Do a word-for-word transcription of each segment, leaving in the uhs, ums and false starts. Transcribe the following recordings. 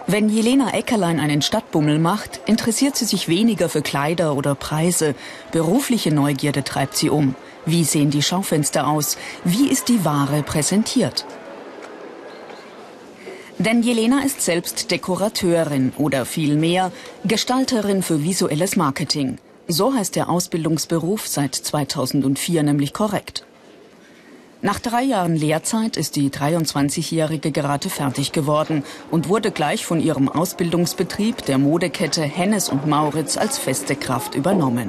Wenn Jelena Eckerlein einen Stadtbummel macht, interessiert sie sich weniger für Kleider oder Preise. Berufliche Neugierde treibt sie um. Wie sehen die Schaufenster aus? Wie ist die Ware präsentiert? Denn Jelena ist selbst Dekorateurin oder vielmehr Gestalterin für visuelles Marketing. So heißt der Ausbildungsberuf seit zweitausendvier nämlich korrekt. Nach drei Jahren Lehrzeit ist die dreiundzwanzigjährige gerade fertig geworden und wurde gleich von ihrem Ausbildungsbetrieb, der Modekette Hennes und Mauritz, als feste Kraft übernommen.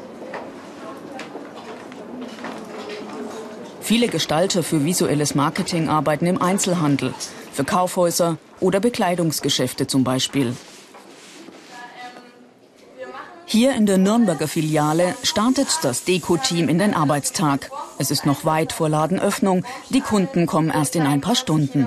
Viele Gestalter für visuelles Marketing arbeiten im Einzelhandel, für Kaufhäuser oder Bekleidungsgeschäfte zum Beispiel. Hier in der Nürnberger Filiale startet das Deko-Team in den Arbeitstag. Es ist noch weit vor Ladenöffnung. Die Kunden kommen erst in ein paar Stunden.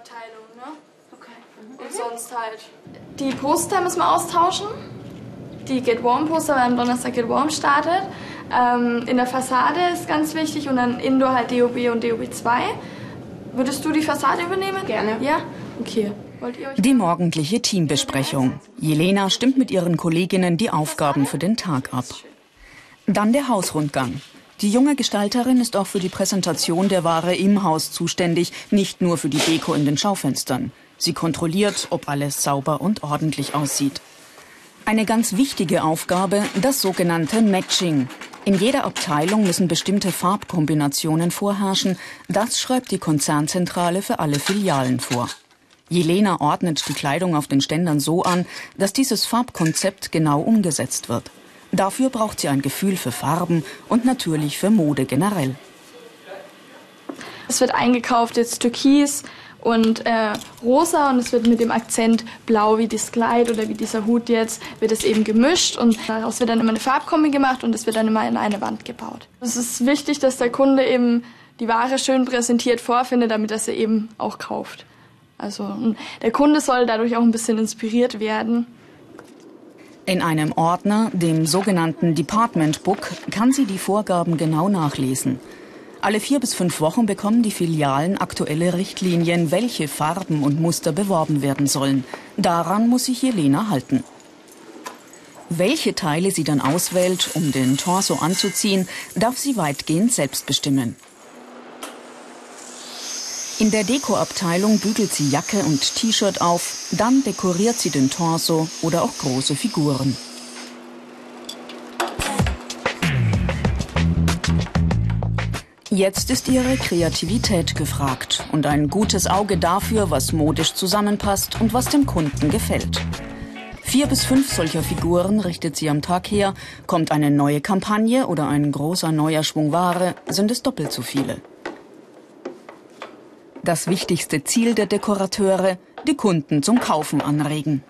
Und sonst halt. Die Poster müssen wir austauschen. Die Get Warm Poster, weil am Donnerstag Get Warm startet. Ähm, in der Fassade ist ganz wichtig und dann Indoor halt D O B und D O B zwei. Würdest du die Fassade übernehmen? Gerne. Ja? Okay. Die morgendliche Teambesprechung. Jelena stimmt mit ihren Kolleginnen die Aufgaben für den Tag ab. Dann der Hausrundgang. Die junge Gestalterin ist auch für die Präsentation der Ware im Haus zuständig, nicht nur für die Deko in den Schaufenstern. Sie kontrolliert, ob alles sauber und ordentlich aussieht. Eine ganz wichtige Aufgabe, das sogenannte Matching. In jeder Abteilung müssen bestimmte Farbkombinationen vorherrschen. Das schreibt die Konzernzentrale für alle Filialen vor. Jelena ordnet die Kleidung auf den Ständern so an, dass dieses Farbkonzept genau umgesetzt wird. Dafür braucht sie ein Gefühl für Farben und natürlich für Mode generell. Es wird eingekauft jetzt Türkis und äh, Rosa und es wird mit dem Akzent Blau wie das Kleid oder wie dieser Hut jetzt, wird es eben gemischt und daraus wird dann immer eine Farbkombi gemacht und es wird dann immer in eine Wand gebaut. Es ist wichtig, dass der Kunde eben die Ware schön präsentiert vorfindet, damit er sie eben auch kauft. Also der Kunde soll dadurch auch ein bisschen inspiriert werden. In einem Ordner, dem sogenannten Department Book, kann sie die Vorgaben genau nachlesen. Alle vier bis fünf Wochen bekommen die Filialen aktuelle Richtlinien, welche Farben und Muster beworben werden sollen. Daran muss sich Jelena halten. Welche Teile sie dann auswählt, um den Torso anzuziehen, darf sie weitgehend selbst bestimmen. In der Dekoabteilung bügelt sie Jacke und T-Shirt auf, dann dekoriert sie den Torso oder auch große Figuren. Jetzt ist ihre Kreativität gefragt und ein gutes Auge dafür, was modisch zusammenpasst und was dem Kunden gefällt. Vier bis fünf solcher Figuren richtet sie am Tag her. Kommt eine neue Kampagne oder ein großer neuer Schwung Ware, sind es doppelt so viele. Das wichtigste Ziel der Dekorateure, die Kunden zum Kaufen anregen.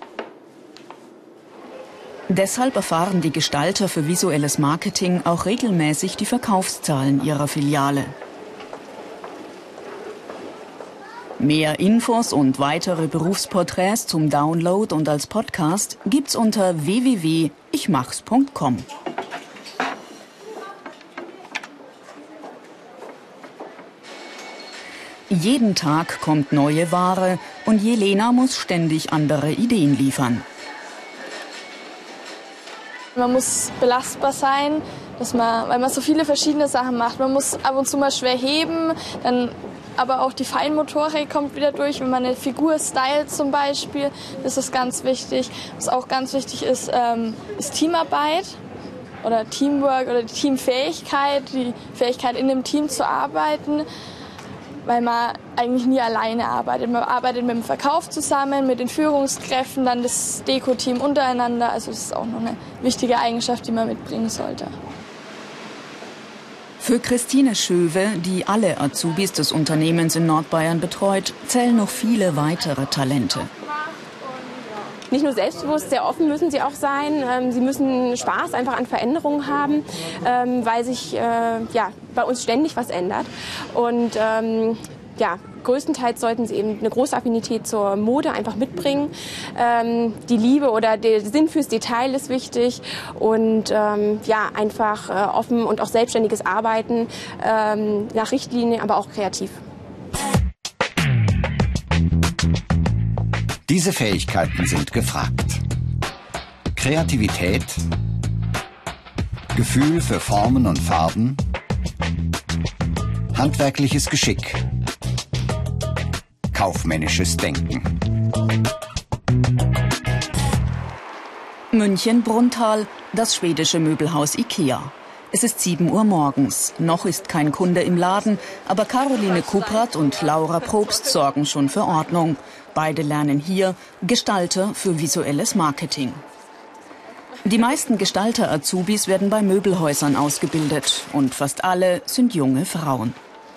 Deshalb erfahren die Gestalter für visuelles Marketing auch regelmäßig die Verkaufszahlen ihrer Filiale. Mehr Infos und weitere Berufsporträts zum Download und als Podcast gibt's unter w w w punkt ich machs punkt com. Jeden Tag kommt neue Ware und Jelena muss ständig andere Ideen liefern. Man muss belastbar sein, dass man, weil man so viele verschiedene Sachen macht. Man muss ab und zu mal schwer heben, dann aber auch die Feinmotorik kommt wieder durch, wenn man eine Figur stylt zum Beispiel. Das ist ganz wichtig. Was auch ganz wichtig ist, ähm, ist Teamarbeit oder Teamwork oder die Teamfähigkeit, die Fähigkeit in einem Team zu arbeiten. Weil man eigentlich nie alleine arbeitet. Man arbeitet mit dem Verkauf zusammen, mit den Führungskräften, dann das Deko-Team untereinander. Also das ist auch noch eine wichtige Eigenschaft, die man mitbringen sollte. Für Christine Schöwe, die alle Azubis des Unternehmens in Nordbayern betreut, zählen noch viele weitere Talente. Nicht nur selbstbewusst, sehr offen müssen sie auch sein. Sie müssen Spaß einfach an Veränderungen haben, weil sich ja, bei uns ständig was ändert. Und ähm, ja, größtenteils sollten sie eben eine große Affinität zur Mode einfach mitbringen. Ähm, die Liebe oder der Sinn fürs Detail ist wichtig und ähm, ja, einfach äh, offen und auch selbstständiges Arbeiten ähm, nach Richtlinien, aber auch kreativ. Diese Fähigkeiten sind gefragt. Kreativität, Gefühl für Formen und Farben, handwerkliches Geschick, kaufmännisches Denken. München-Brunnthal, das schwedische Möbelhaus Ikea. Es ist sieben Uhr morgens. Noch ist kein Kunde im Laden, aber Caroline Kuprat und Laura Probst sorgen schon für Ordnung. Beide lernen hier Gestalter für visuelles Marketing. Die meisten Gestalter-Azubis werden bei Möbelhäusern ausgebildet und fast alle sind junge Frauen.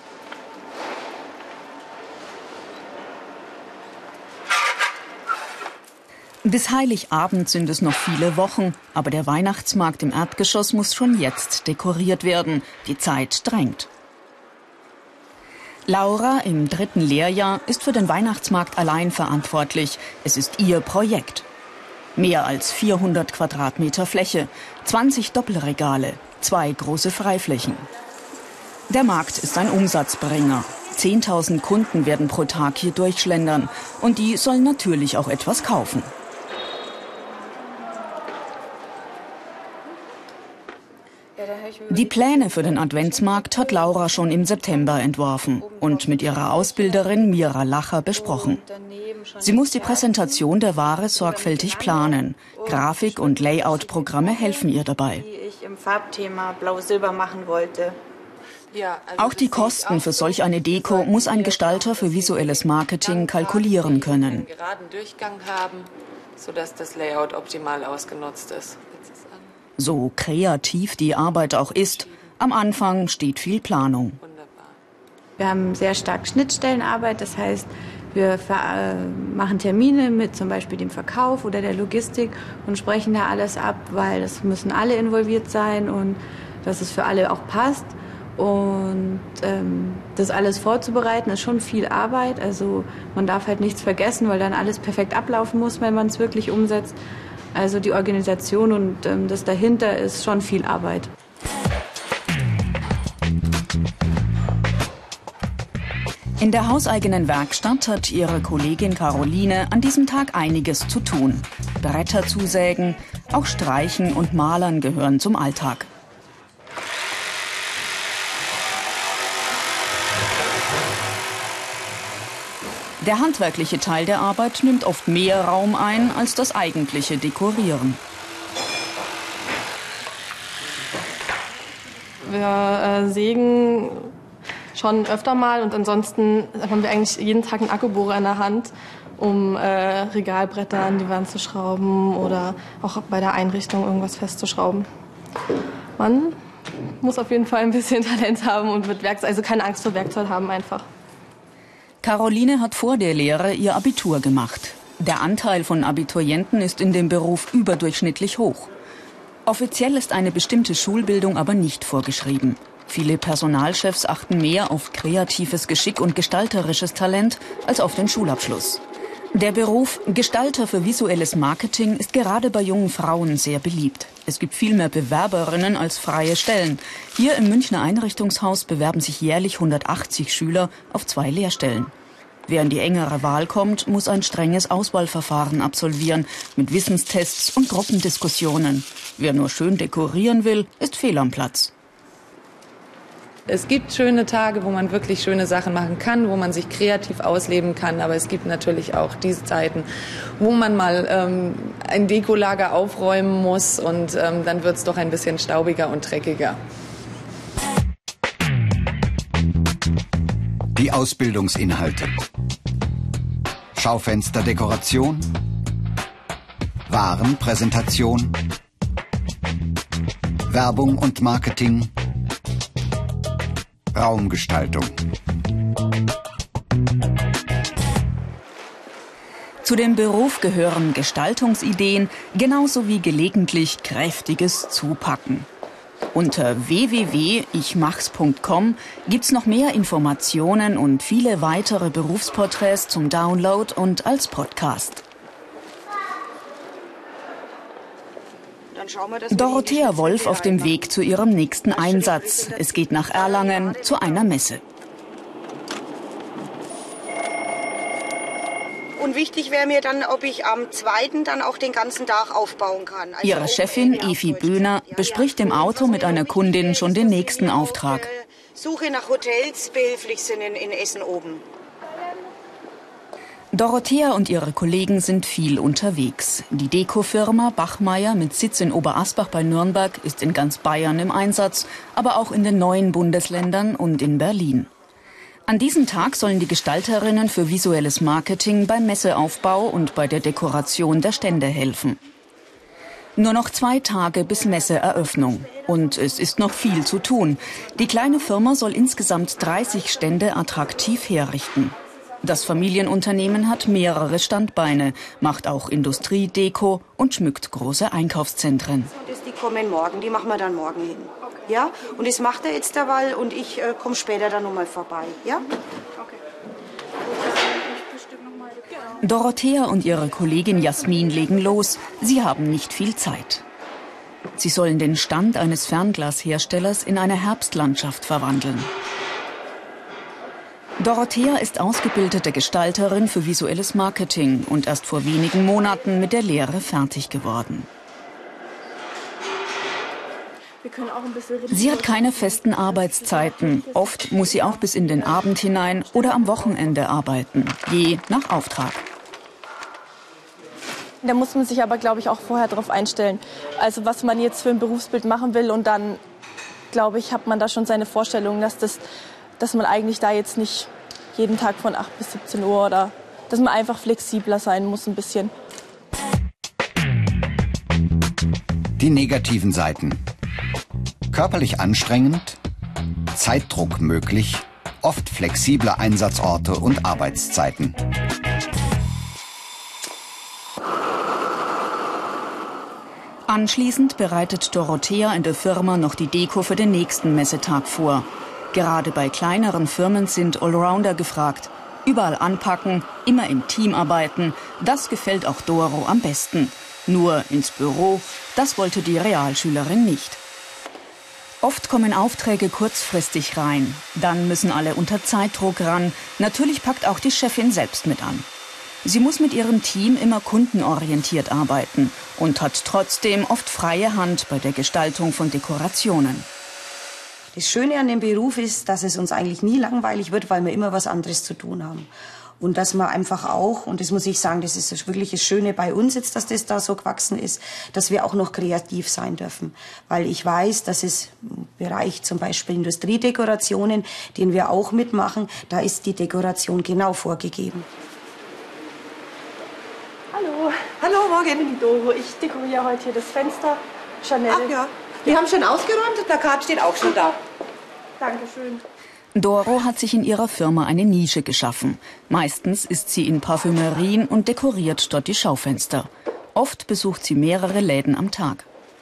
Bis Heiligabend sind es noch viele Wochen, aber der Weihnachtsmarkt im Erdgeschoss muss schon jetzt dekoriert werden. Die Zeit drängt. Laura im dritten Lehrjahr ist für den Weihnachtsmarkt allein verantwortlich. Es ist ihr Projekt. Mehr als vierhundert Quadratmeter Fläche, zwanzig Doppelregale, zwei große Freiflächen. Der Markt ist ein Umsatzbringer. zehntausend Kunden werden pro Tag hier durchschlendern und die sollen natürlich auch etwas kaufen. Die Pläne für den Adventsmarkt hat Laura schon im September entworfen und mit ihrer Ausbilderin Mira Lacher besprochen. Sie muss die Präsentation der Ware sorgfältig planen. Grafik- und Layout-Programme helfen ihr dabei. Die ich im Farbthema Blau-Silber machen wollte. Auch die Kosten für solch eine Deko muss ein Gestalter für visuelles Marketing kalkulieren können. Einen geraden Durchgang haben, sodass das Layout optimal ausgenutzt ist. So kreativ die Arbeit auch ist, am Anfang steht viel Planung. Wir haben sehr stark Schnittstellenarbeit, das heißt, wir machen Termine mit zum Beispiel dem Verkauf oder der Logistik und sprechen da alles ab, weil das müssen alle involviert sein und dass es für alle auch passt. Und ähm, das alles vorzubereiten ist schon viel Arbeit, also man darf halt nichts vergessen, weil dann alles perfekt ablaufen muss, wenn man es wirklich umsetzt. Also die Organisation und ähm, das dahinter ist schon viel Arbeit. In der hauseigenen Werkstatt hat ihre Kollegin Caroline an diesem Tag einiges zu tun. Bretter zusägen, auch Streichen und Malern gehören zum Alltag. Der handwerkliche Teil der Arbeit nimmt oft mehr Raum ein als das eigentliche Dekorieren. Wir äh, sägen schon öfter mal und ansonsten haben wir eigentlich jeden Tag einen Akkubohrer in der Hand, um äh, Regalbretter an die Wand zu schrauben oder auch bei der Einrichtung irgendwas festzuschrauben. Man muss auf jeden Fall ein bisschen Talent haben und mit Werkzeug, also keine Angst vor Werkzeug haben einfach. Caroline hat vor der Lehre ihr Abitur gemacht. Der Anteil von Abiturienten ist in dem Beruf überdurchschnittlich hoch. Offiziell ist eine bestimmte Schulbildung aber nicht vorgeschrieben. Viele Personalchefs achten mehr auf kreatives Geschick und gestalterisches Talent als auf den Schulabschluss. Der Beruf Gestalter für visuelles Marketing ist gerade bei jungen Frauen sehr beliebt. Es gibt viel mehr Bewerberinnen als freie Stellen. Hier im Münchner Einrichtungshaus bewerben sich jährlich hundertachtzig Schüler auf zwei Lehrstellen. Wer in die engere Wahl kommt, muss ein strenges Auswahlverfahren absolvieren mit Wissenstests und Gruppendiskussionen. Wer nur schön dekorieren will, ist fehl am Platz. Es gibt schöne Tage, wo man wirklich schöne Sachen machen kann, wo man sich kreativ ausleben kann. Aber es gibt natürlich auch diese Zeiten, wo man mal ähm, ein Dekolager aufräumen muss und ähm, dann wird es doch ein bisschen staubiger und dreckiger. Die Ausbildungsinhalte: Schaufensterdekoration, Warenpräsentation, Werbung und Marketing, Raumgestaltung. Zu dem Beruf gehören Gestaltungsideen, genauso wie gelegentlich kräftiges Zupacken. Unter w w w punkt ich machs punkt com gibt's noch mehr Informationen und viele weitere Berufsporträts zum Download und als Podcast. Dorothea Wolf auf dem Weg zu ihrem nächsten Einsatz. Es geht nach Erlangen zu einer Messe. Und wichtig wäre mir dann, ob ich am zweiten dann auch den ganzen Tag aufbauen kann. Also Ihre Chefin Evi Böhner bespricht im Auto mit einer Kundin schon den nächsten Auftrag. Suche nach Hotels, behilflich sind in, in Essen oben. Dorothea und ihre Kollegen sind viel unterwegs. Die Dekofirma Bachmeier mit Sitz in Oberasbach bei Nürnberg ist in ganz Bayern im Einsatz, aber auch in den neuen Bundesländern und in Berlin. An diesem Tag sollen die Gestalterinnen für visuelles Marketing beim Messeaufbau und bei der Dekoration der Stände helfen. Nur noch zwei Tage bis Messeeröffnung. Und es ist noch viel zu tun. Die kleine Firma soll insgesamt dreißig Stände attraktiv herrichten. Das Familienunternehmen hat mehrere Standbeine, macht auch Industriedeko und schmückt große Einkaufszentren. Die kommen morgen, die machen wir dann morgen hin. Ja? Und das macht er jetzt derweil und ich äh, komme später dann nochmal vorbei. Ja? Okay. Dorothea und ihre Kollegin Jasmin legen los. Sie haben nicht viel Zeit. Sie sollen den Stand eines Fernglasherstellers in eine Herbstlandschaft verwandeln. Dorothea ist ausgebildete Gestalterin für visuelles Marketing und erst vor wenigen Monaten mit der Lehre fertig geworden. Sie hat keine festen Arbeitszeiten. Oft muss sie auch bis in den Abend hinein oder am Wochenende arbeiten, je nach Auftrag. Da muss man sich aber, glaube ich, auch vorher darauf einstellen. Also was man jetzt für ein Berufsbild machen will und dann, glaube ich, hat man da schon seine Vorstellung, dass, das, dass man eigentlich da jetzt nicht jeden Tag von acht bis siebzehn Uhr oder dass man einfach flexibler sein muss ein bisschen. Die negativen Seiten. Körperlich anstrengend, Zeitdruck möglich, oft flexible Einsatzorte und Arbeitszeiten. Anschließend bereitet Dorothea in der Firma noch die Deko für den nächsten Messetag vor. Gerade bei kleineren Firmen sind Allrounder gefragt. Überall anpacken, immer im Team arbeiten, das gefällt auch Doro am besten. Nur ins Büro, das wollte die Realschülerin nicht. Oft kommen Aufträge kurzfristig rein. Dann müssen alle unter Zeitdruck ran. Natürlich packt auch die Chefin selbst mit an. Sie muss mit ihrem Team immer kundenorientiert arbeiten und hat trotzdem oft freie Hand bei der Gestaltung von Dekorationen. Das Schöne an dem Beruf ist, dass es uns eigentlich nie langweilig wird, weil wir immer was anderes zu tun haben. Und dass man einfach auch, und das muss ich sagen, das ist wirklich das Schöne bei uns jetzt, dass das da so gewachsen ist, dass wir auch noch kreativ sein dürfen. Weil ich weiß, dass es im Bereich zum Beispiel Industriedekorationen, den wir auch mitmachen, da ist die Dekoration genau vorgegeben. Hallo. Hallo, morgen. Ich bin die Doro. Ich dekoriere heute hier das Fenster. Chanel. Ach ja, wir haben schon ausgeräumt, das Plakat steht auch schon da. Dankeschön. Doro hat sich in ihrer Firma eine Nische geschaffen. Meistens ist sie in Parfümerien und dekoriert dort die Schaufenster. Oft besucht sie mehrere Läden am Tag.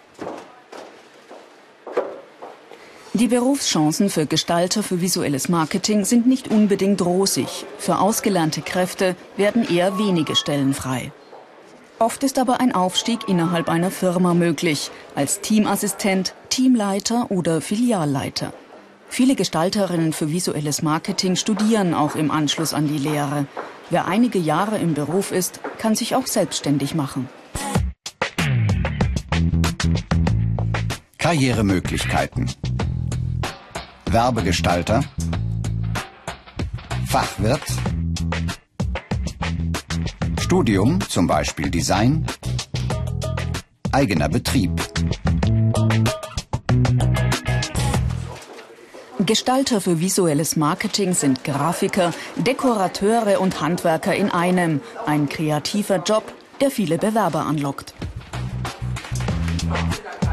Die Berufschancen für Gestalter für visuelles Marketing sind nicht unbedingt rosig. Für ausgelernte Kräfte werden eher wenige Stellen frei. Oft ist aber ein Aufstieg innerhalb einer Firma möglich, als Teamassistent, Teamleiter oder Filialleiter. Viele Gestalterinnen für visuelles Marketing studieren auch im Anschluss an die Lehre. Wer einige Jahre im Beruf ist, kann sich auch selbstständig machen. Karrieremöglichkeiten. Werbegestalter, Fachwirt, Studium, zum Beispiel Design, eigener Betrieb. Gestalter für visuelles Marketing sind Grafiker, Dekorateure und Handwerker in einem. Ein kreativer Job, der viele Bewerber anlockt.